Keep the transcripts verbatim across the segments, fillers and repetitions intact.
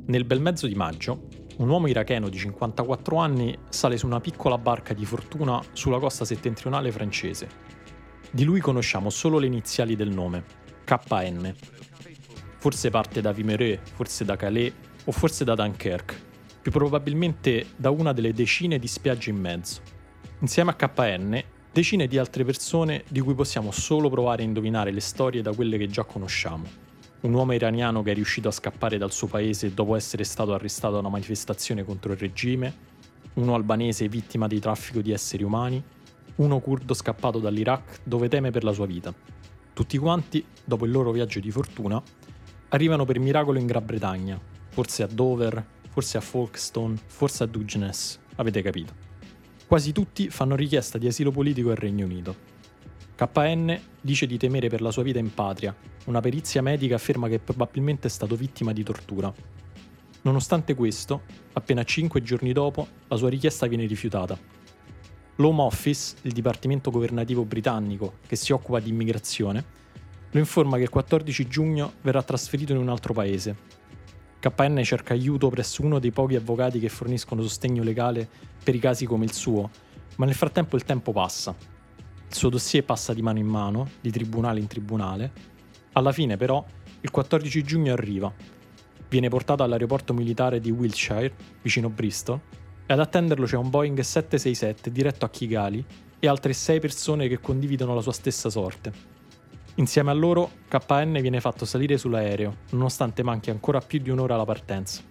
Nel bel mezzo di maggio, un uomo iracheno di cinquantaquattro anni sale su una piccola barca di fortuna sulla costa settentrionale francese. Di lui conosciamo solo le iniziali del nome, K N. Forse parte da Wimereux, forse da Calais o forse da Dunkerque, più probabilmente da una delle decine di spiagge in mezzo. Insieme a K N, decine di altre persone di cui possiamo solo provare a indovinare le storie da quelle che già conosciamo. Un uomo iraniano che è riuscito a scappare dal suo paese dopo essere stato arrestato a una manifestazione contro il regime, uno albanese vittima di traffico di esseri umani, uno curdo scappato dall'Iraq dove teme per la sua vita. Tutti quanti, dopo il loro viaggio di fortuna, arrivano per miracolo in Gran Bretagna, forse a Dover, forse a Folkestone, forse a Dungeness, avete capito. Quasi tutti fanno richiesta di asilo politico al Regno Unito. K N dice di temere per la sua vita in patria. Una perizia medica afferma che probabilmente è stato vittima di tortura. Nonostante questo, appena cinque giorni dopo, la sua richiesta viene rifiutata. L'Home Office, il dipartimento governativo britannico che si occupa di immigrazione, lo informa che il quattordici giugno verrà trasferito in un altro paese. K N cerca aiuto presso uno dei pochi avvocati che forniscono sostegno legale per i casi come il suo, ma nel frattempo il tempo passa. Il suo dossier passa di mano in mano, di tribunale in tribunale. Alla fine, però, il quattordici giugno arriva. Viene portato all'aeroporto militare di Wiltshire, vicino Bristol, e ad attenderlo c'è un Boeing sette sei sette diretto a Kigali e altre sei persone che condividono la sua stessa sorte. Insieme a loro, K N viene fatto salire sull'aereo, nonostante manchi ancora più di un'ora alla partenza.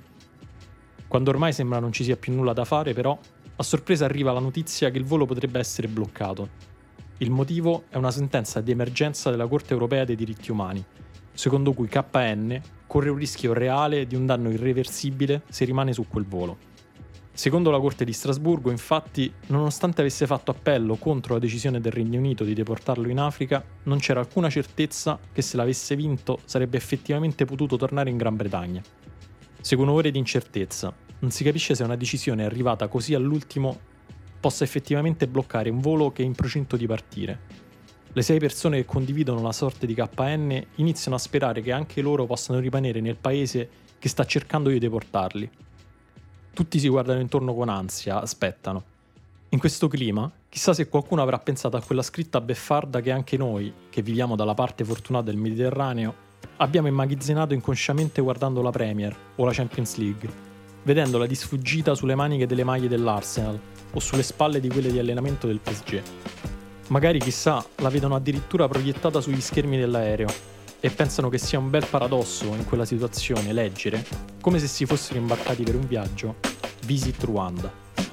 Quando ormai sembra non ci sia più nulla da fare, però, a sorpresa arriva la notizia che il volo potrebbe essere bloccato. Il motivo è una sentenza di emergenza della Corte Europea dei Diritti Umani, secondo cui K N corre un rischio reale di un danno irreversibile se rimane su quel volo. Secondo la Corte di Strasburgo, infatti, nonostante avesse fatto appello contro la decisione del Regno Unito di deportarlo in Africa, non c'era alcuna certezza che se l'avesse vinto sarebbe effettivamente potuto tornare in Gran Bretagna. Seguono ore di incertezza, non si capisce se una decisione arrivata così all'ultimo possa effettivamente bloccare un volo che è in procinto di partire. Le sei persone che condividono la sorte di K N iniziano a sperare che anche loro possano rimanere nel paese che sta cercando di deportarli. Tutti si guardano intorno con ansia, aspettano. In questo clima, chissà se qualcuno avrà pensato a quella scritta beffarda che anche noi, che viviamo dalla parte fortunata del Mediterraneo, abbiamo immagazzinato inconsciamente guardando la Premier o la Champions League, vedendola di sfuggita sulle maniche delle maglie dell'Arsenal o sulle spalle di quelle di allenamento del P S G. Magari, chissà, la vedono addirittura proiettata sugli schermi dell'aereo e pensano che sia un bel paradosso in quella situazione leggere, come se si fossero imbarcati per un viaggio, Visit Rwanda.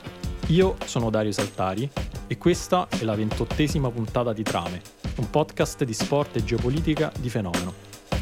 Io sono Dario Saltari e questa è la ventottesima puntata di Trame, un podcast di sport e geopolitica di Fenomeno.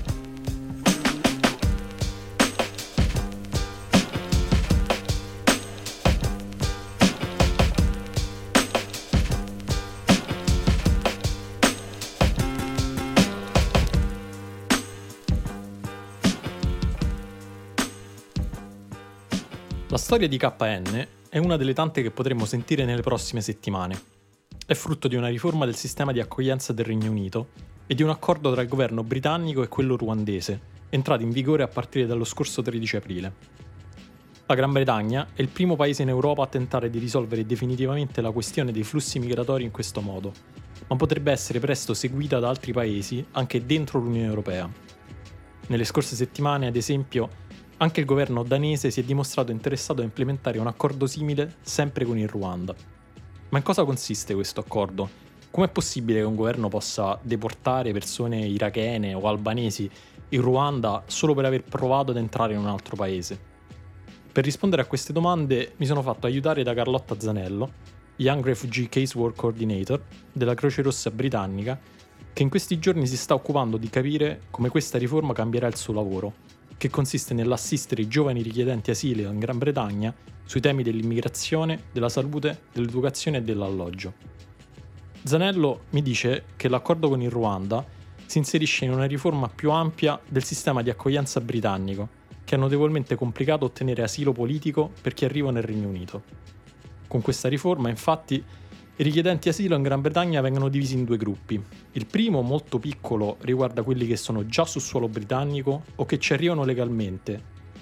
La storia di K N è una delle tante che potremo sentire nelle prossime settimane. È frutto di una riforma del sistema di accoglienza del Regno Unito e di un accordo tra il governo britannico e quello ruandese, entrato in vigore a partire dallo scorso tredici aprile. La Gran Bretagna è il primo paese in Europa a tentare di risolvere definitivamente la questione dei flussi migratori in questo modo, ma potrebbe essere presto seguita da altri paesi anche dentro l'Unione Europea. Nelle scorse settimane, ad esempio, anche il governo danese si è dimostrato interessato a implementare un accordo simile sempre con il Ruanda. Ma in cosa consiste questo accordo? Com'è possibile che un governo possa deportare persone irachene o albanesi in Ruanda solo per aver provato ad entrare in un altro paese? Per rispondere a queste domande mi sono fatto aiutare da Carlotta Zanello, Young Refugee Casework Coordinator della Croce Rossa britannica, che in questi giorni si sta occupando di capire come questa riforma cambierà il suo lavoro, che consiste nell'assistere i giovani richiedenti asilo in Gran Bretagna sui temi dell'immigrazione, della salute, dell'educazione e dell'alloggio. Zanello mi dice che l'accordo con il Ruanda si inserisce in una riforma più ampia del sistema di accoglienza britannico, che ha notevolmente complicato ottenere asilo politico per chi arriva nel Regno Unito. Con questa riforma, infatti, I richiedenti asilo in Gran Bretagna vengono divisi in due gruppi. Il primo, molto piccolo, riguarda quelli che sono già su suolo britannico o che ci arrivano legalmente,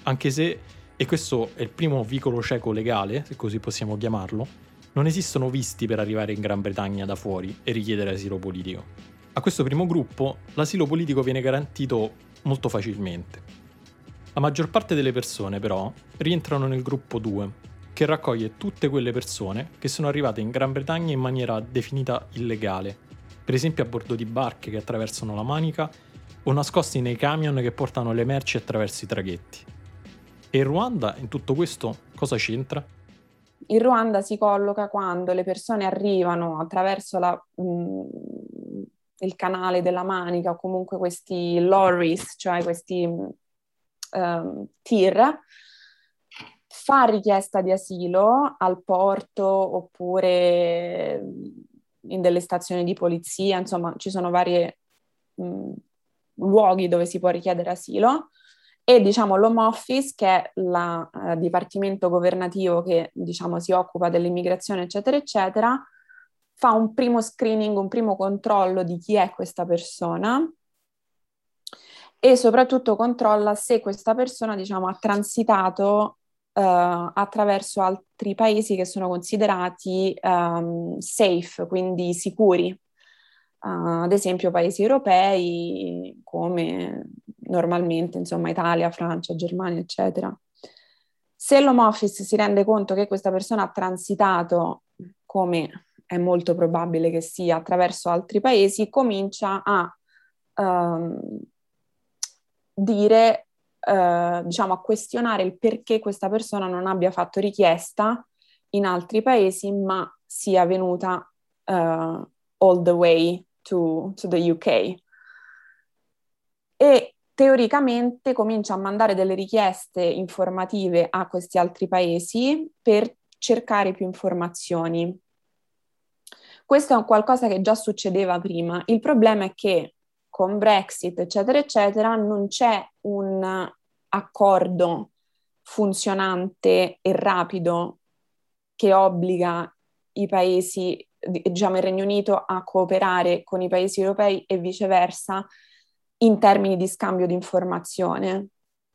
Anche se, e questo è il primo vicolo cieco legale, se così possiamo chiamarlo, non esistono visti per arrivare in Gran Bretagna da fuori e richiedere asilo politico. A questo primo gruppo l'asilo politico viene garantito molto facilmente. La maggior parte delle persone, però, rientrano nel gruppo due, che raccoglie tutte quelle persone che sono arrivate in Gran Bretagna in maniera definita illegale, per esempio a bordo di barche che attraversano la Manica o nascosti nei camion che portano le merci attraverso i traghetti. E il Ruanda in tutto questo cosa c'entra? Il Ruanda si colloca quando le persone arrivano attraverso la, mh, il canale della Manica o comunque questi lorries, cioè questi uh, tir, fa richiesta di asilo al porto oppure in delle stazioni di polizia, insomma ci sono vari luoghi dove si può richiedere asilo e diciamo l'Home Office, che è il uh, dipartimento governativo che diciamo si occupa dell'immigrazione eccetera eccetera, fa un primo screening, un primo controllo di chi è questa persona e soprattutto controlla se questa persona diciamo ha transitato Uh, attraverso altri paesi che sono considerati um, safe, quindi sicuri, uh, ad esempio paesi europei come normalmente insomma Italia, Francia, Germania eccetera. Se l'Home Office si rende conto che questa persona ha transitato, come è molto probabile che sia, attraverso altri paesi, comincia a um, dire Uh, diciamo a questionare il perché questa persona non abbia fatto richiesta in altri paesi ma sia venuta uh, all the way to, to the U K e teoricamente comincia a mandare delle richieste informative a questi altri paesi per cercare più informazioni. Questo è un qualcosa che già succedeva prima. Il problema è che con Brexit, eccetera, eccetera, non c'è un accordo funzionante e rapido che obbliga i paesi, diciamo il Regno Unito, a cooperare con i paesi europei e viceversa in termini di scambio di informazione.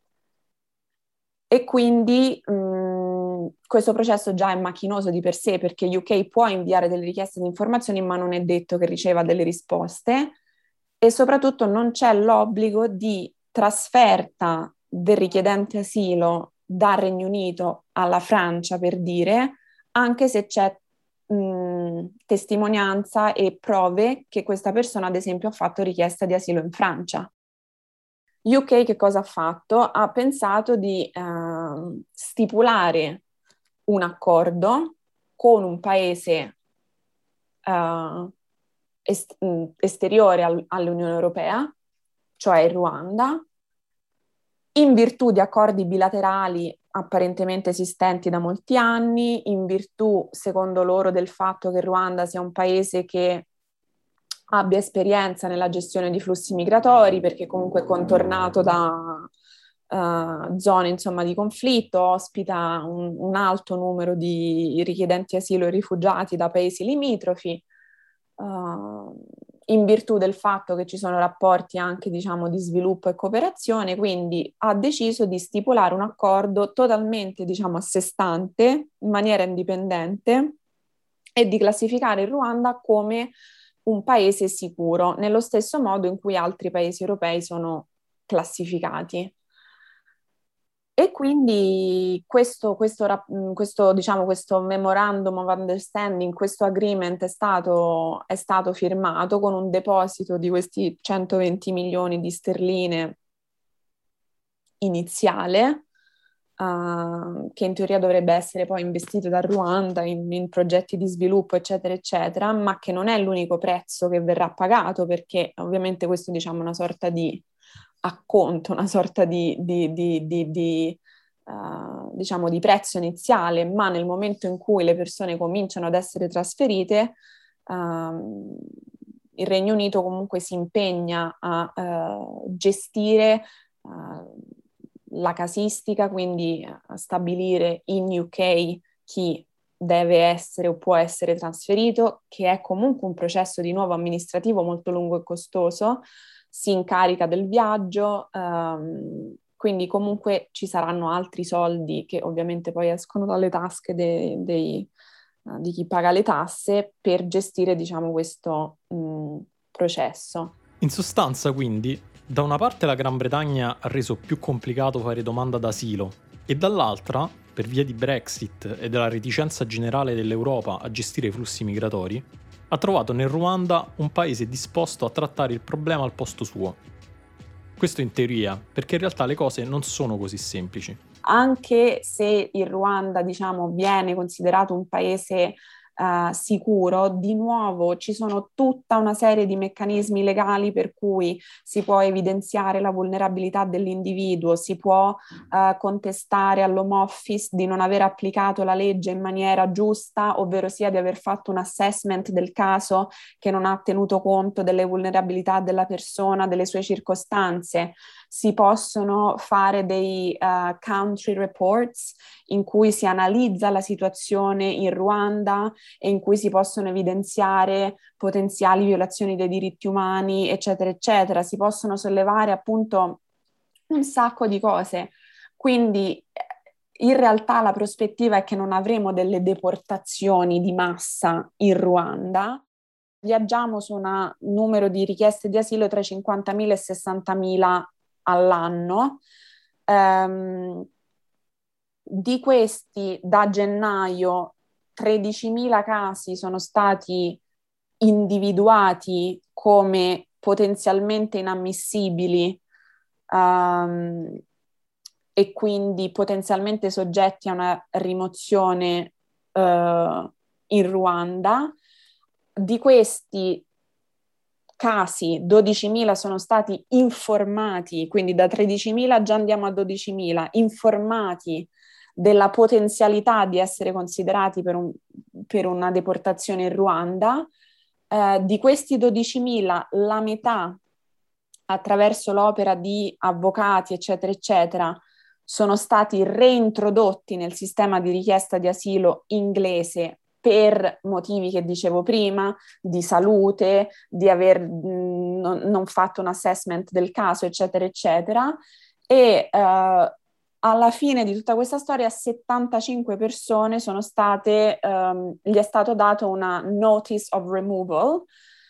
E quindi mh, questo processo già è macchinoso di per sé perché U K può inviare delle richieste di informazioni ma non è detto che riceva delle risposte. E soprattutto non c'è l'obbligo di trasferta del richiedente asilo dal Regno Unito alla Francia, per dire, anche se c'è mh, testimonianza e prove che questa persona, ad esempio, ha fatto richiesta di asilo in Francia. U K che cosa ha fatto? Ha pensato di uh, stipulare un accordo con un paese uh, est- esteriore al- all'Unione Europea, cioè il Ruanda, in virtù di accordi bilaterali apparentemente esistenti da molti anni, in virtù, secondo loro, del fatto che il Ruanda sia un paese che abbia esperienza nella gestione di flussi migratori, perché comunque è contornato da uh, zone, insomma, di conflitto, ospita un, un alto numero di richiedenti asilo e rifugiati da paesi limitrofi, uh, in virtù del fatto che ci sono rapporti anche, diciamo, di sviluppo e cooperazione, quindi ha deciso di stipulare un accordo totalmente, diciamo, a sé stante, in maniera indipendente, e di classificare il Ruanda come un paese sicuro, nello stesso modo in cui altri paesi europei sono classificati. E quindi questo, questo, questo, diciamo, questo memorandum of understanding, questo agreement è stato, è stato firmato con un deposito di questi centoventi milioni di sterline iniziale, uh, che in teoria dovrebbe essere poi investito dal Ruanda in, in progetti di sviluppo, eccetera, eccetera, ma che non è l'unico prezzo che verrà pagato, perché ovviamente questo, diciamo, è una sorta di acconto, una sorta di, di, di, di, di uh, diciamo di prezzo iniziale, ma nel momento in cui le persone cominciano ad essere trasferite, uh, il Regno Unito comunque si impegna a uh, gestire uh, la casistica, quindi a stabilire in U K chi deve essere o può essere trasferito, che è comunque un processo di nuovo amministrativo molto lungo e costoso. Si incarica del viaggio, um, quindi comunque ci saranno altri soldi che ovviamente poi escono dalle tasche dei, dei, uh, di chi paga le tasse per gestire, diciamo, questo mh, processo. In sostanza, quindi, da una parte la Gran Bretagna ha reso più complicato fare domanda d'asilo e dall'altra, per via di Brexit e della reticenza generale dell'Europa a gestire i flussi migratori, ha trovato nel Ruanda un paese disposto a trattare il problema al posto suo. Questo in teoria, perché in realtà le cose non sono così semplici. Anche se il Ruanda, diciamo, viene considerato un paese uh, sicuro, di nuovo ci sono tutta una serie di meccanismi legali per cui si può evidenziare la vulnerabilità dell'individuo, si può uh, contestare all'Home Office di non aver applicato la legge in maniera giusta, ovvero sia di aver fatto un assessment del caso che non ha tenuto conto delle vulnerabilità della persona, delle sue circostanze. Si possono fare dei uh, country reports in cui si analizza la situazione in Ruanda e in cui si possono evidenziare potenziali violazioni dei diritti umani, eccetera, eccetera. Si possono sollevare appunto un sacco di cose. Quindi in realtà la prospettiva è che non avremo delle deportazioni di massa in Ruanda. Viaggiamo su un numero di richieste di asilo tra i cinquantamila e i sessantamila all'anno. Um, di questi da gennaio tredicimila casi sono stati individuati come potenzialmente inammissibili um, e quindi potenzialmente soggetti a una rimozione uh, in Ruanda. Di questi casi dodicimila sono stati informati, quindi da tredicimila già andiamo a dodicimila, informati della potenzialità di essere considerati per, un, per una deportazione in Ruanda. Eh, di questi dodicimila, la metà, attraverso l'opera di avvocati, eccetera, eccetera, sono stati reintrodotti nel sistema di richiesta di asilo inglese per motivi che dicevo prima, di salute, di aver mh, non, non fatto un assessment del caso, eccetera, eccetera. E uh, alla fine di tutta questa storia settantacinque persone sono state, um, gli è stato dato una notice of removal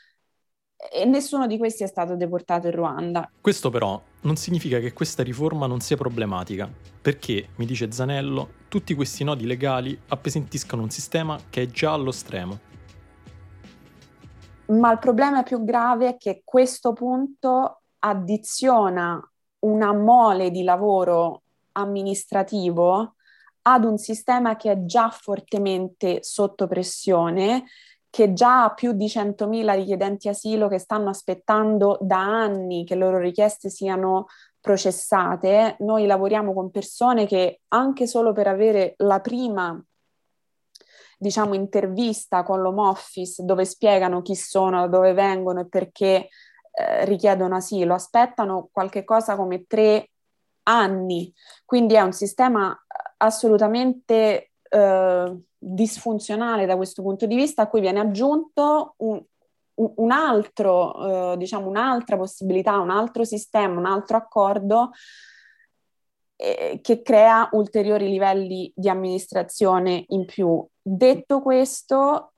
e nessuno di questi è stato deportato in Ruanda. Questo però non significa che questa riforma non sia problematica, perché, mi dice Zanello, tutti questi nodi legali appesantiscono un sistema che è già allo stremo. Ma il problema più grave è che questo punto addiziona una mole di lavoro amministrativo ad un sistema che è già fortemente sotto pressione, che già ha più di centomila richiedenti asilo che stanno aspettando da anni che le loro richieste siano processate. Noi lavoriamo con persone che anche solo per avere la prima, diciamo, intervista con l'Home Office dove spiegano chi sono, da dove vengono e perché eh, richiedono asilo, aspettano qualche cosa come tre anni. Quindi è un sistema assolutamente eh, disfunzionale da questo punto di vista, a cui viene aggiunto un, un, un altro, eh, diciamo, un'altra possibilità, un altro sistema, un altro accordo eh, che crea ulteriori livelli di amministrazione in più. Detto questo,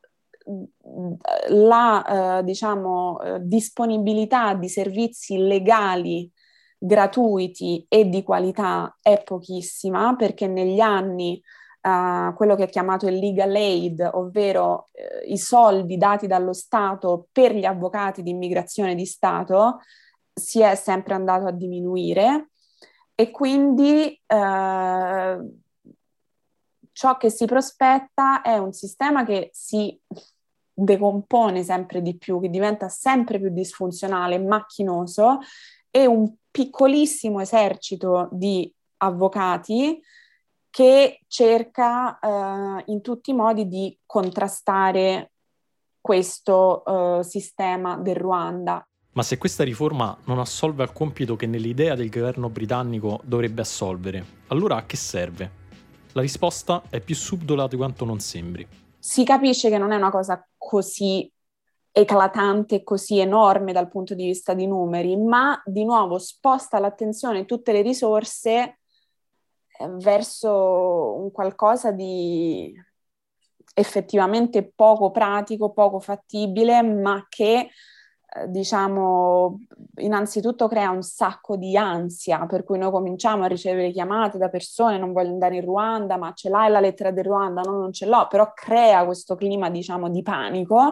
la eh, diciamo, eh, disponibilità di servizi legali gratuiti e di qualità è pochissima, perché negli anni uh, quello che è chiamato il legal aid, ovvero uh, i soldi dati dallo Stato per gli avvocati di immigrazione di Stato, si è sempre andato a diminuire e quindi uh, ciò che si prospetta è un sistema che si decompone sempre di più, che diventa sempre più disfunzionale, macchinoso, e un piccolissimo esercito di avvocati che cerca uh, in tutti i modi di contrastare questo uh, sistema del Ruanda. Ma se questa riforma non assolve al compito che nell'idea del governo britannico dovrebbe assolvere, allora a che serve? La risposta è più subdola di quanto non sembri. Si capisce che non è una cosa così eclatante, così enorme dal punto di vista di numeri, ma di nuovo sposta l'attenzione e tutte le risorse eh, verso un qualcosa di effettivamente poco pratico, poco fattibile, ma che eh, diciamo innanzitutto crea un sacco di ansia, per cui noi cominciamo a ricevere chiamate da persone: non voglio andare in Ruanda, ma ce l'hai la lettera del Ruanda? No, non ce l'ho, però crea questo clima, diciamo, di panico.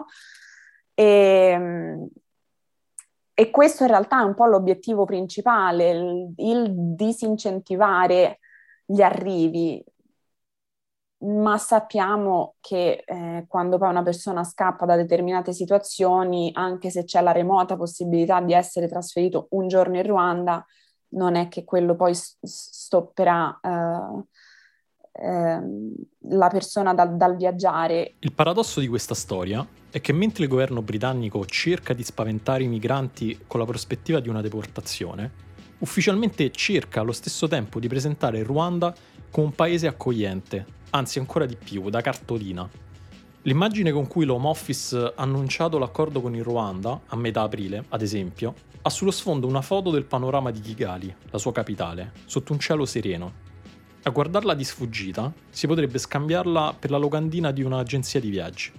E, e questo in realtà è un po' l'obiettivo principale, il, il disincentivare gli arrivi. Ma sappiamo che eh, quando poi una persona scappa da determinate situazioni, anche se c'è la remota possibilità di essere trasferito un giorno in Ruanda, non è che quello poi s- stopperà eh, eh, la persona da- dal viaggiare. Il paradosso di questa storia è che mentre il governo britannico cerca di spaventare i migranti con la prospettiva di una deportazione, ufficialmente cerca allo stesso tempo di presentare il Ruanda come un paese accogliente, anzi ancora di più, da cartolina. L'immagine con cui l'Home Office ha annunciato l'accordo con il Ruanda, a metà aprile, ad esempio, ha sullo sfondo una foto del panorama di Kigali, la sua capitale, sotto un cielo sereno. A guardarla di sfuggita, si potrebbe scambiarla per la locandina di un'agenzia di viaggi.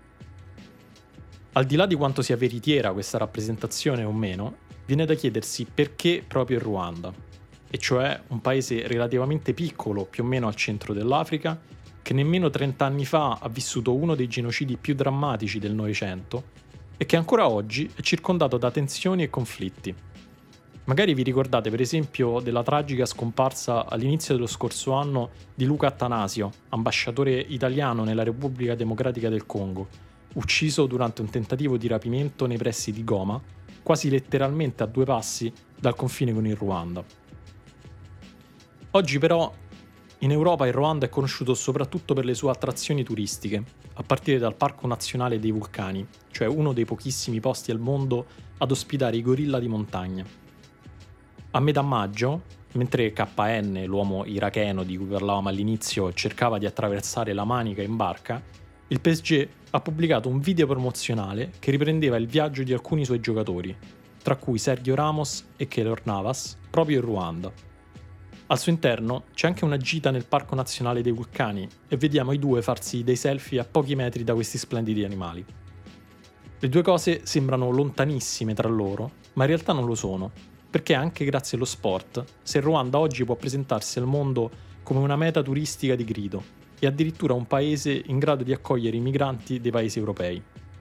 Al di là di quanto sia veritiera questa rappresentazione o meno, viene da chiedersi perché proprio il Ruanda, e cioè un paese relativamente piccolo, più o meno al centro dell'Africa, che nemmeno trenta anni fa ha vissuto uno dei genocidi più drammatici del Novecento e che ancora oggi è circondato da tensioni e conflitti. Magari vi ricordate per esempio della tragica scomparsa all'inizio dello scorso anno di Luca Attanasio, ambasciatore italiano nella Repubblica Democratica del Congo, ucciso durante un tentativo di rapimento nei pressi di Goma, quasi letteralmente a due passi dal confine con il Ruanda. Oggi però in Europa il Ruanda è conosciuto soprattutto per le sue attrazioni turistiche, a partire dal Parco Nazionale dei Vulcani, cioè uno dei pochissimi posti al mondo ad ospitare i gorilla di montagna. A metà maggio, mentre K N, l'uomo iracheno di cui parlavamo all'inizio, cercava di attraversare la Manica in barca, il P S G ha pubblicato un video promozionale che riprendeva il viaggio di alcuni suoi giocatori, tra cui Sergio Ramos e Keylor Navas, proprio in Ruanda. Al suo interno c'è anche una gita nel Parco Nazionale dei Vulcani e vediamo i due farsi dei selfie a pochi metri da questi splendidi animali. Le due cose sembrano lontanissime tra loro, ma in realtà non lo sono, perché anche grazie allo sport, se il Ruanda oggi può presentarsi al mondo come una meta turistica di grido e addirittura un paese in grado di accogliere i migranti dei paesi europei.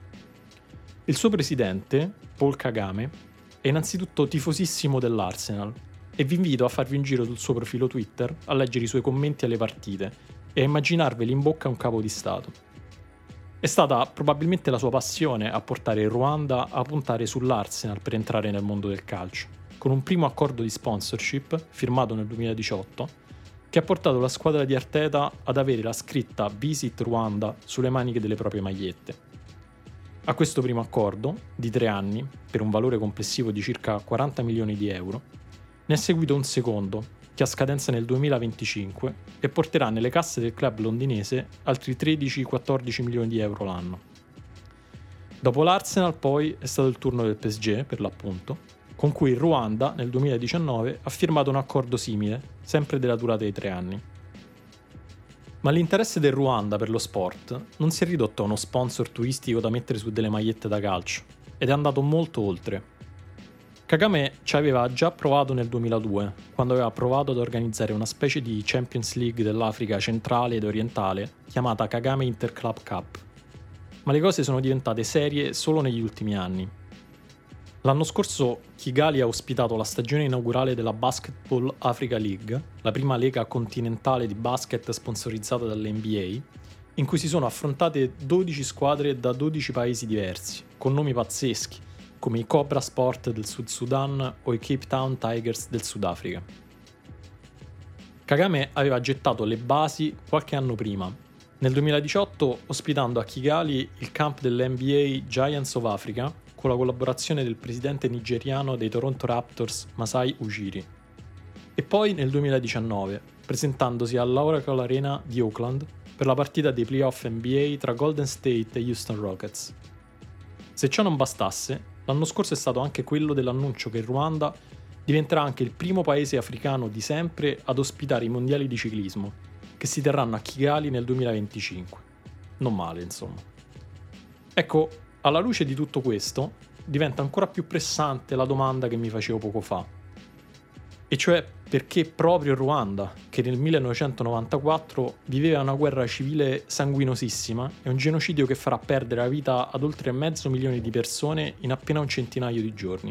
Il suo presidente, Paul Kagame, è innanzitutto tifosissimo dell'Arsenal e vi invito a farvi un giro sul suo profilo Twitter, a leggere i suoi commenti alle partite e a immaginarveli in bocca un capo di Stato. È stata probabilmente la sua passione a portare il Ruanda a puntare sull'Arsenal per entrare nel mondo del calcio, con un primo accordo di sponsorship, firmato nel duemiladiciotto, che ha portato la squadra di Arteta ad avere la scritta Visit Ruanda sulle maniche delle proprie magliette. A questo primo accordo, di tre anni, per un valore complessivo di circa quaranta milioni di euro, ne è seguito un secondo, che ha scadenza nel duemilaventicinque e porterà nelle casse del club londinese altri tredici quattordici milioni di euro l'anno. Dopo l'Arsenal poi è stato il turno del P S G, per l'appunto, con cui il Ruanda nel duemiladiciannove ha firmato un accordo simile, sempre della durata di tre anni. Ma l'interesse del Ruanda per lo sport non si è ridotto a uno sponsor turistico da mettere su delle magliette da calcio, ed è andato molto oltre. Kagame ci aveva già provato nel duemiladue, quando aveva provato ad organizzare una specie di Champions League dell'Africa centrale ed orientale chiamata Kagame Interclub Cup. Ma le cose sono diventate serie solo negli ultimi anni. L'anno scorso Kigali ha ospitato la stagione inaugurale della Basketball Africa League, la prima lega continentale di basket sponsorizzata dall'N B A, in cui si sono affrontate dodici squadre da dodici paesi diversi, con nomi pazzeschi, come i Cobra Sport del Sud Sudan o i Cape Town Tigers del Sudafrica. Kagame aveva gettato le basi qualche anno prima, nel duemiladiciotto ospitando a Kigali il camp dell'N B A Giants of Africa con la collaborazione del presidente nigeriano dei Toronto Raptors Masai Ujiri. E poi nel duemiladiciannove, presentandosi all'Oracle Arena di Oakland per la partita dei playoff N B A tra Golden State e Houston Rockets. Se ciò non bastasse, l'anno scorso è stato anche quello dell'annuncio che il Ruanda diventerà anche il primo paese africano di sempre ad ospitare i mondiali di ciclismo, che si terranno a Kigali nel duemilaventicinque. Non male, insomma. Ecco, alla luce di tutto questo, diventa ancora più pressante la domanda che mi facevo poco fa. E cioè perché proprio il Ruanda, che nel millenovecentonovantaquattro viveva una guerra civile sanguinosissima e un genocidio che farà perdere la vita ad oltre mezzo milione di persone in appena un centinaio di giorni.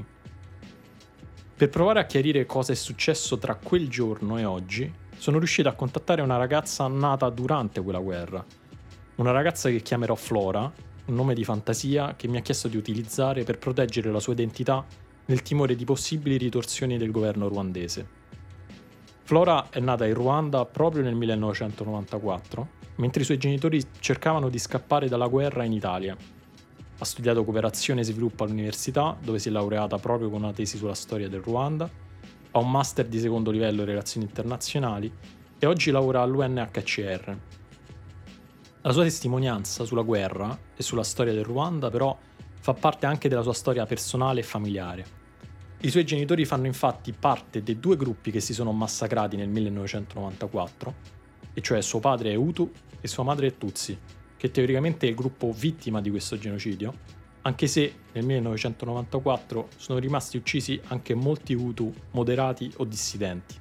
Per provare a chiarire cosa è successo tra quel giorno e oggi, sono riuscito a contattare una ragazza nata durante quella guerra. Una ragazza che chiamerò Flora, un nome di fantasia che mi ha chiesto di utilizzare per proteggere la sua identità nel timore di possibili ritorsioni del governo ruandese. Flora è nata in Ruanda proprio nel millenovecentonovantaquattro, mentre i suoi genitori cercavano di scappare dalla guerra in Italia. Ha studiato cooperazione e sviluppo all'università, dove si è laureata proprio con una tesi sulla storia del Ruanda, ha un master di secondo livello in relazioni internazionali e oggi lavora all'U N H C R. La sua testimonianza sulla guerra e sulla storia del Ruanda, però, fa parte anche della sua storia personale e familiare. I suoi genitori fanno infatti parte dei due gruppi che si sono massacrati nel millenovecentonovantaquattro, e cioè suo padre è Hutu e sua madre è Tutsi, che teoricamente è il gruppo vittima di questo genocidio, anche se nel millenovecentonovantaquattro sono rimasti uccisi anche molti Hutu moderati o dissidenti.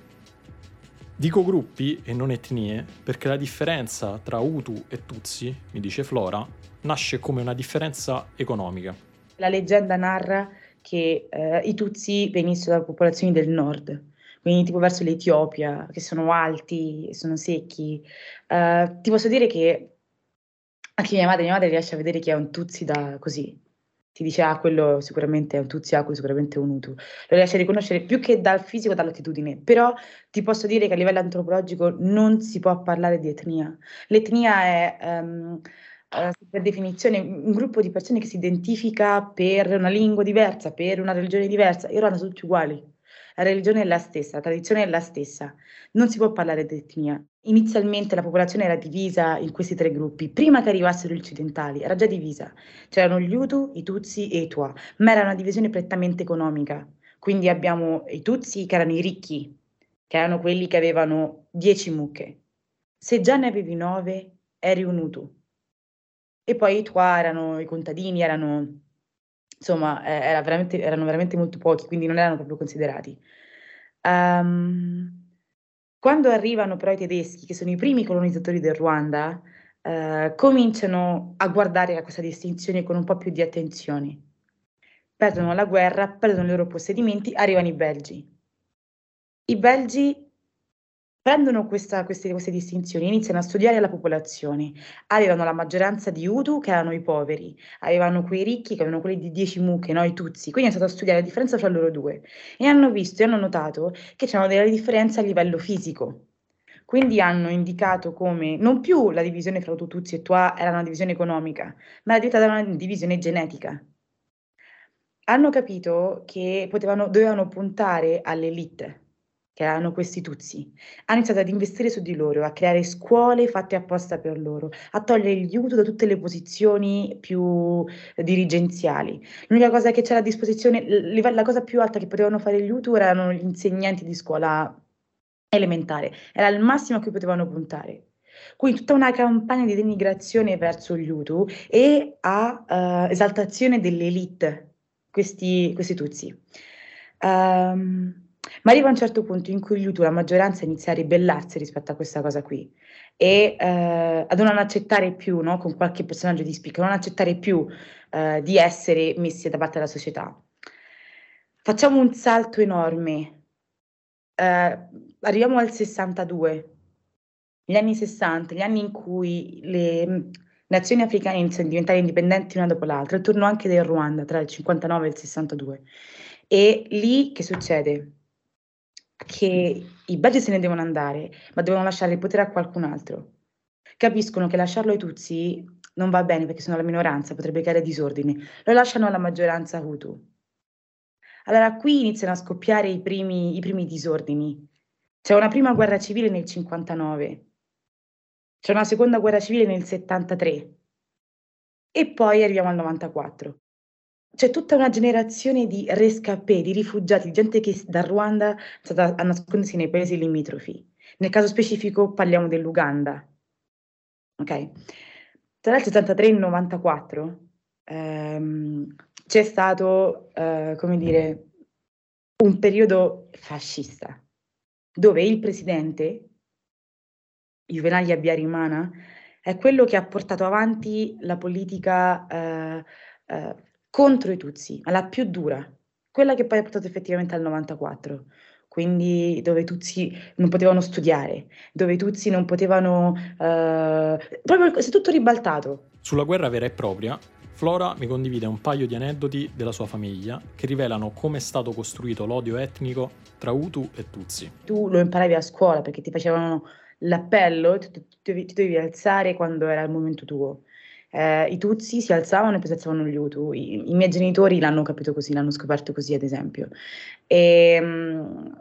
Dico gruppi e non etnie perché la differenza tra Hutu e Tutsi, mi dice Flora, nasce come una differenza economica. La leggenda narra che eh, i Tutsi venissero da popolazioni del nord, quindi tipo verso l'Etiopia, che sono alti, sono secchi. Uh, ti posso dire che anche mia madre, mia madre riesce a vedere chi è un Tutsi da così. Ti dice, ah, quello sicuramente è un Tutsi, ah, quello sicuramente è un Hutu. Lo riesce a riconoscere più che dal fisico, dall'attitudine. Però ti posso dire che a livello antropologico non si può parlare di etnia. L'etnia è... Um, Uh, per definizione un gruppo di persone che si identifica per una lingua diversa, per una religione diversa. In realtà sono tutti uguali. La religione è la stessa, la tradizione è la stessa. Non si può parlare di etnia. Inizialmente la popolazione era divisa in questi tre gruppi. Prima che arrivassero gli occidentali era già divisa. C'erano gli Hutu, i Tutsi e i Twa, ma era una divisione prettamente economica. Quindi abbiamo i Tutsi che erano i ricchi, che erano quelli che avevano dieci mucche. Se già ne avevi nove, eri un Hutu. E poi i Twa erano i contadini, erano, insomma, eh, era veramente, erano veramente molto pochi, quindi non erano proprio considerati. Um, quando arrivano però i tedeschi, che sono i primi colonizzatori del Ruanda, eh, cominciano a guardare a questa distinzione con un po' più di attenzione. Perdono la guerra, perdono i loro possedimenti, arrivano i belgi. I belgi prendono questa, queste, queste distinzioni, iniziano a studiare la popolazione. Avevano la maggioranza di Hutu, che erano i poveri, avevano quei ricchi, che avevano quelli di dieci mucche, no? I Tutsi. Quindi hanno iniziato a studiare la differenza fra loro due e hanno visto e hanno notato che c'erano delle differenze a livello fisico. Quindi hanno indicato come non più la divisione fra Hutu, Tutsi e Twa era una divisione economica, ma era diventata una divisione genetica. Hanno capito che potevano, dovevano puntare all'elite, che erano questi Tutsi. Hanno iniziato ad investire su di loro, a creare scuole fatte apposta per loro, a togliere gli Hutu da tutte le posizioni più dirigenziali. L'unica cosa che c'era a disposizione, la cosa più alta che potevano fare gli Hutu erano gli insegnanti di scuola elementare, era il massimo a cui potevano puntare. Quindi tutta una campagna di denigrazione verso gli Hutu e a uh, esaltazione dell'elite, questi, questi Tutsi. Um, ma arriva un certo punto in cui gli Hutu, la maggioranza, inizia a ribellarsi rispetto a questa cosa qui e uh, ad non accettare più, no, con qualche personaggio di spicco, non accettare più uh, di essere messi da parte della società. Facciamo un salto enorme. Uh, arriviamo al sessantadue, gli anni sessanta, gli anni in cui le nazioni africane iniziano a diventare indipendenti una dopo l'altra, il turno anche del Ruanda tra il cinquantanove e il sessantadue. E lì che succede? Che i belgi se ne devono andare, ma devono lasciare il potere a qualcun altro. Capiscono che lasciarlo ai Tutsi non va bene perché sono la minoranza, potrebbe creare disordini, lo lasciano alla maggioranza Hutu. Allora qui iniziano a scoppiare i primi, i primi disordini. C'è una prima guerra civile nel cinquantanove, c'è una seconda guerra civile nel settantatré e poi arriviamo al novantaquattro. C'è tutta una generazione di rescapé, di rifugiati, di gente che s dal Ruanda è stata a nascondersi nei paesi limitrofi. Nel caso specifico parliamo dell'Uganda, okay? Tra il settantatré e il novantaquattro, ehm, c'è stato, ehm, come dire, un periodo fascista, dove il presidente, Juvenal Habyarimana, è quello che ha portato avanti la politica, ehm, ehm, contro i Tutsi, ma la più dura, quella che poi ha portato effettivamente al novantaquattro. Quindi dove i Tutsi non potevano studiare, dove i Tutsi non potevano, ehm, proprio si è tutto ribaltato. Sulla guerra vera e propria, Flora mi condivide un paio di aneddoti della sua famiglia che rivelano come è stato costruito l'odio etnico tra Hutu e Tutsi. Tu lo imparavi a scuola perché ti facevano l'appello, tu tu ti dovevi ti dovevi alzare quando era il momento tuo. Ehm, I Tutsi si alzavano e poi si alzavano gli Hutu. I i miei genitori l'hanno capito così, l'hanno scoperto così ad esempio. Ehm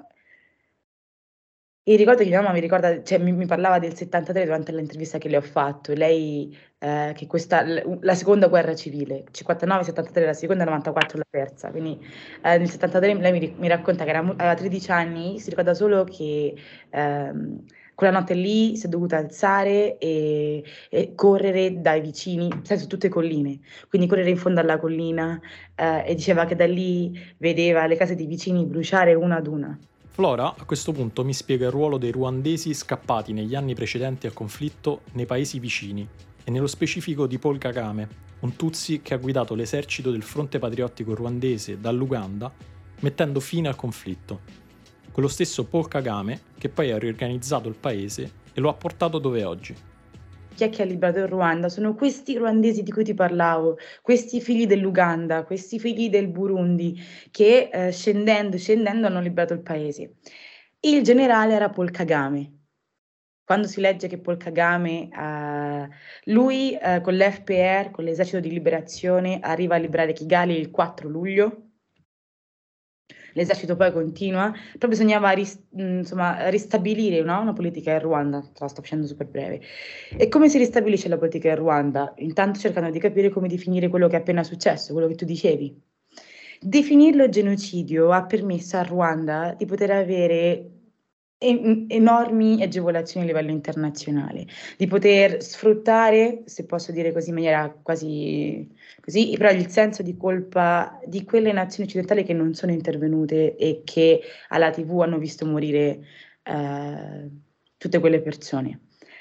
il ricordo di mia mamma mi ricorda cioè mi mi parlava del settantatré durante l'intervista che le ho fatto e lei, ehm, che questa l u la seconda guerra civile, cinquantanove, settantatré la seconda, novantaquattro la terza, quindi, ehm, nel settantatré lei mi ri mi racconta che era mo aveva tredici anni, si ricorda solo che, ehm, quella notte lì si è dovuta alzare e e correre dai vicini, sai su tutte colline, quindi correre in fondo alla collina, ehm, e diceva che da lì vedeva le case dei vicini bruciare una ad una. Flora a questo punto mi spiega il ruolo dei ruandesi scappati negli anni precedenti al conflitto nei paesi vicini e nello specifico di Paul Kagame, un Tutsi che ha guidato l'esercito del Fronte Patriottico ruandese dall'Uganda mettendo fine al conflitto. Quello stesso Paul Kagame che poi ha riorganizzato il paese e lo ha portato dove è oggi. Chi è che ha liberato il Ruanda? Sono questi ruandesi di cui ti parlavo, questi figli dell'Uganda, questi figli del Burundi che, ehm, scendendo, scendendo hanno liberato il paese. Il generale era Paul Kagame. Quando si legge che Paul Kagame, uhm, lui, ehm, con l'F P R, con l'esercito di liberazione, arriva a liberare Kigali il quattro luglio. L'esercito poi continua, però bisognava ris mhmm, insomma ristabilire, no, una politica in Ruanda, te la sto facendo super breve. E come si ristabilisce la politica in Ruanda? Intanto cercando di capire come definire quello che è appena successo, quello che tu dicevi. Definirlo genocidio ha permesso al Ruanda di poter avere e mhmm, enormi agevolazioni a livello internazionale, di poter sfruttare, se posso dire così in maniera quasi così, però il senso di colpa di quelle nazioni occidentali che non sono intervenute e che alla T V hanno visto morire, ehm, tutte quelle persone.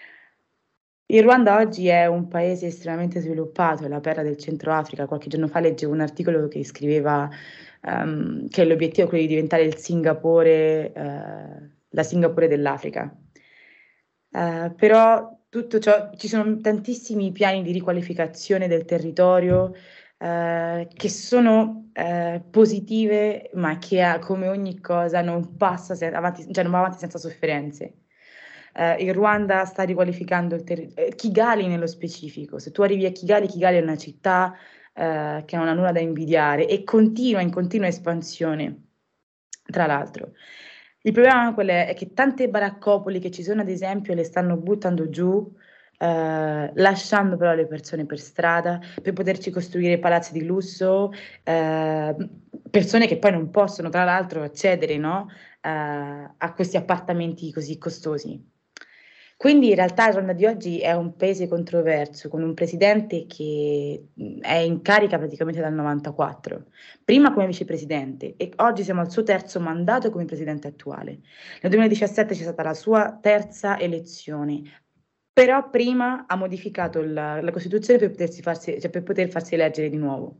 Il Ruanda oggi è un paese estremamente sviluppato, è la perla del Centro Africa. Qualche giorno fa leggevo un articolo che scriveva, ehm, che l'obiettivo è quello di diventare il Singapore ehm, la Singapore dell'Africa. Ehm, però tutto ciò ci sono tantissimi piani di riqualificazione del territorio, ehm, che sono, ehm, positive, ma che a come ogni cosa non passa se avanti cioè non va avanti senza sofferenze. Ehm, il Ruanda sta riqualificando il terri ehm, Kigali nello specifico. Se tu arrivi a Kigali, Kigali è una città, ehm, che non ha nulla da invidiare e continua in continua espansione, tra l'altro. Il problema qual è? È che tante baraccopoli che ci sono ad esempio le stanno buttando giù, ehm, lasciando però le persone per strada, per poterci costruire palazzi di lusso, ehm, persone che poi non possono tra l'altro accedere, no, ehm, a questi appartamenti così costosi. Quindi in realtà il Ruanda di oggi è un paese controverso, con un presidente che, mhmm, è in carica praticamente dal novantaquattro, prima come vicepresidente e oggi siamo al suo terzo mandato come presidente attuale. Nel duemiladiciassette c'è stata la sua terza elezione, però prima ha modificato il la Costituzione per potersi farsi cioè per poter farsi eleggere di nuovo.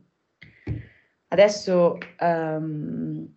Adesso, uhm,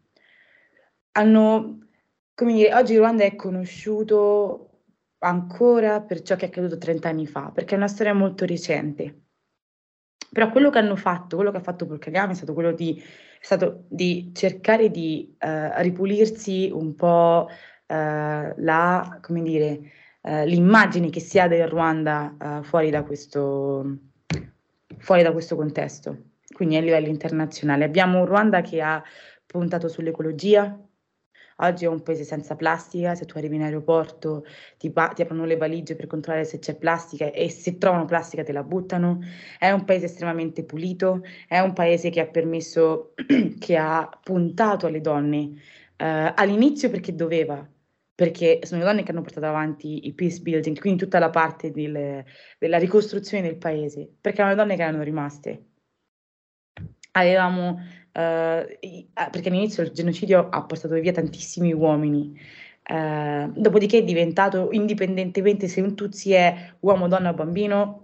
hanno come dire, oggi il Ruanda è conosciuto ancora per ciò che è accaduto trenta anni fa, perché è una storia molto recente. Però quello che hanno fatto, quello che ha fatto Paul Kagame è stato quello di è stato di cercare di, ehm, ripulirsi un po', ehm, la come dire, ehm, l'immagine che si ha del Ruanda, ehm, fuori da questo fuori da questo contesto, quindi a livello internazionale. Abbiamo un Ruanda che ha puntato sull'ecologia, Oggi è un paese senza plastica, se tu arrivi in aeroporto ti, pa- ti aprono le valigie per controllare se c'è plastica e se trovano plastica te la buttano. È un paese estremamente pulito, è un paese che ha permesso, che ha puntato alle donne eh, all'inizio perché doveva, perché sono le donne che hanno portato avanti i peace building, quindi tutta la parte del- della ricostruzione del paese, perché erano le donne che erano rimaste. Avevamo, eh, i- ah, perché all'inizio il genocidio ha portato via tantissimi uomini, eh, dopodiché è diventato, indipendentemente se un Tutsi è uomo, donna o bambino,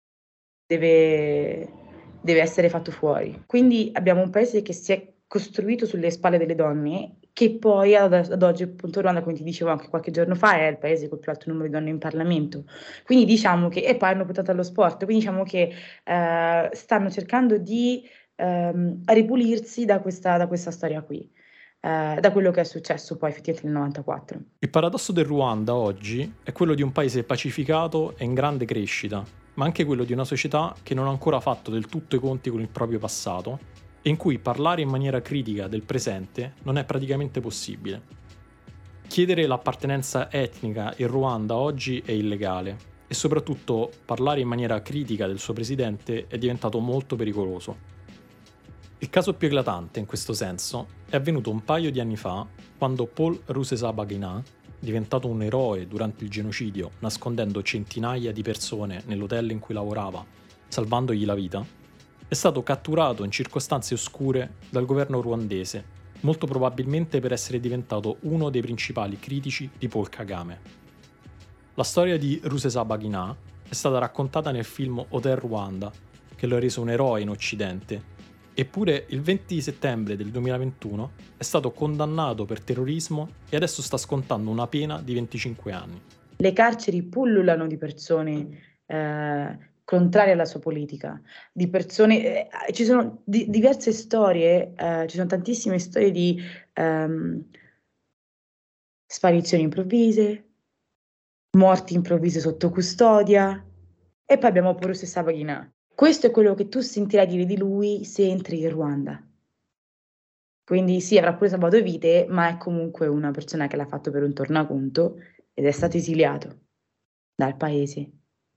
deve, deve essere fatto fuori. Quindi abbiamo un paese che si è costruito sulle spalle delle donne, che poi ad, ad oggi, appunto, Ruanda, come ti dicevo anche qualche giorno fa, è il paese con il più alto numero di donne in Parlamento. Quindi diciamo che, e poi hanno portato allo sport, quindi diciamo che eh, stanno cercando di ehm, ripulirsi da questa, da questa storia qui. eh, da quello che è successo poi effettivamente nel novantaquattro. Il paradosso del Ruanda oggi è quello di un paese pacificato e in grande crescita, ma anche quello di una società che non ha ancora fatto del tutto i conti con il proprio passato e in cui parlare in maniera critica del presente non è praticamente possibile. Chiedere l'appartenenza etnica in Ruanda oggi è illegale e soprattutto parlare in maniera critica del suo presidente è diventato molto pericoloso. Il caso più eclatante in questo senso è avvenuto un paio di anni fa quando Paul Rusesabagina, diventato un eroe durante il genocidio nascondendo centinaia di persone nell'hotel in cui lavorava, salvandogli la vita, è stato catturato in circostanze oscure dal governo ruandese, molto probabilmente per essere diventato uno dei principali critici di Paul Kagame. La storia di Rusesabagina è stata raccontata nel film Hotel Rwanda, che lo ha reso un eroe in Occidente. Eppure il venti settembre del duemilaventuno è stato condannato per terrorismo e adesso sta scontando una pena di venticinque anni. Le carceri pullulano di persone eh, contrarie alla sua politica, di persone, eh, ci sono di- diverse storie, eh, ci sono tantissime storie di ehm, sparizioni improvvise, morti improvvise sotto custodia, e poi abbiamo pure Rusesabagina. Questo è quello che tu sentirai dire di lui se entri in Ruanda. Quindi sì, avrà pure salvato vite, ma è comunque una persona che l'ha fatto per un tornaconto ed è stato esiliato dal paese.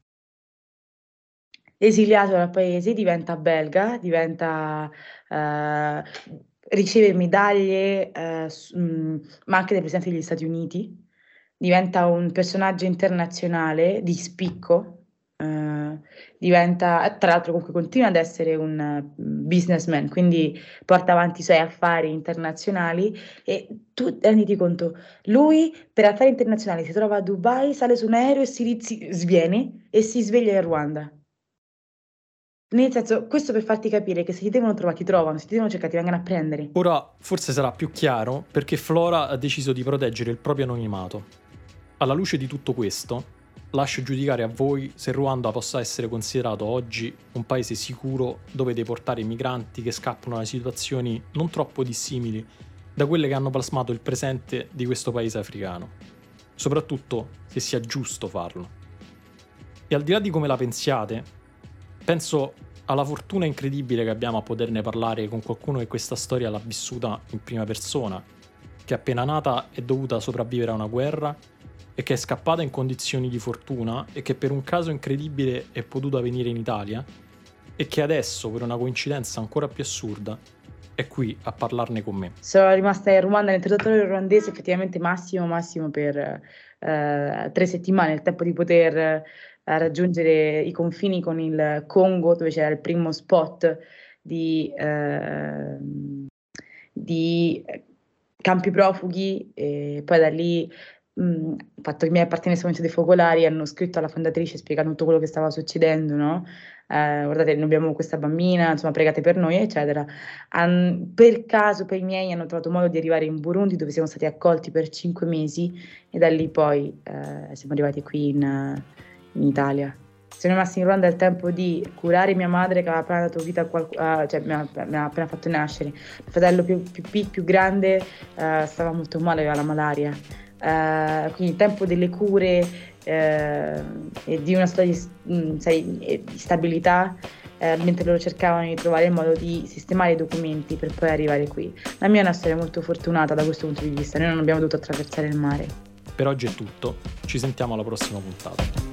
Esiliato dal paese, diventa belga, diventa, eh, riceve medaglie, eh, s- mh, ma anche dai presidenti degli Stati Uniti, diventa un personaggio internazionale di spicco, eh, diventa, tra l'altro comunque continua ad essere un eh, businessman, quindi porta avanti i suoi affari internazionali e tu renditi conto, lui per affari internazionali si trova a Dubai, sale su un aereo e si, si sviene e si sveglia in Ruanda. Nel senso, questo per farti capire che se ti devono trovare, ti trovano, se ti devono cercare, ti vengono a prendere. Ora forse sarà più chiaro perché Flora ha deciso di proteggere il proprio anonimato. Alla luce di tutto questo, lascio giudicare a voi se Ruanda possa essere considerato oggi un paese sicuro dove deportare migranti che scappano da situazioni non troppo dissimili da quelle che hanno plasmato il presente di questo paese africano, soprattutto se sia giusto farlo. E al di là di come la pensiate, penso alla fortuna incredibile che abbiamo a poterne parlare con qualcuno che questa storia l'ha vissuta in prima persona, che appena nata è dovuta sopravvivere a una guerra e che è scappata in condizioni di fortuna e che per un caso incredibile è potuta venire in Italia e che adesso, per una coincidenza ancora più assurda, è qui a parlarne con me. Sono rimasta in Ruanda nel territorio ruandese effettivamente massimo, massimo per eh, tre settimane, il tempo di poter eh, raggiungere i confini con il Congo, dove c'era il primo spot di, eh, di campi profughi, e poi da lì mh, fatto che i miei appartenenti dei focolari hanno scritto alla fondatrice spiegando tutto quello che stava succedendo, no? Eh, guardate, noi abbiamo questa bambina, insomma, pregate per noi, eccetera. Han- per caso, per i miei, hanno trovato modo di arrivare in Burundi, dove siamo stati accolti per cinque mesi, e da lì poi eh, siamo arrivati qui in, in Italia. Siamo rimasti in Ruanda il tempo di curare mia madre che aveva appena dato vita a qualcuno, cioè mi ha, mi ha appena fatto nascere. Il fratello più, più, più, più grande eh, stava molto male, aveva la malaria. Eh, quindi il tempo delle cure eh, e di una storia di, mh, sai, di stabilità eh, mentre loro cercavano di trovare il modo di sistemare i documenti per poi arrivare qui. La mia è una storia molto fortunata da questo punto di vista, noi non abbiamo dovuto attraversare il mare. Per oggi è tutto, ci sentiamo alla prossima puntata.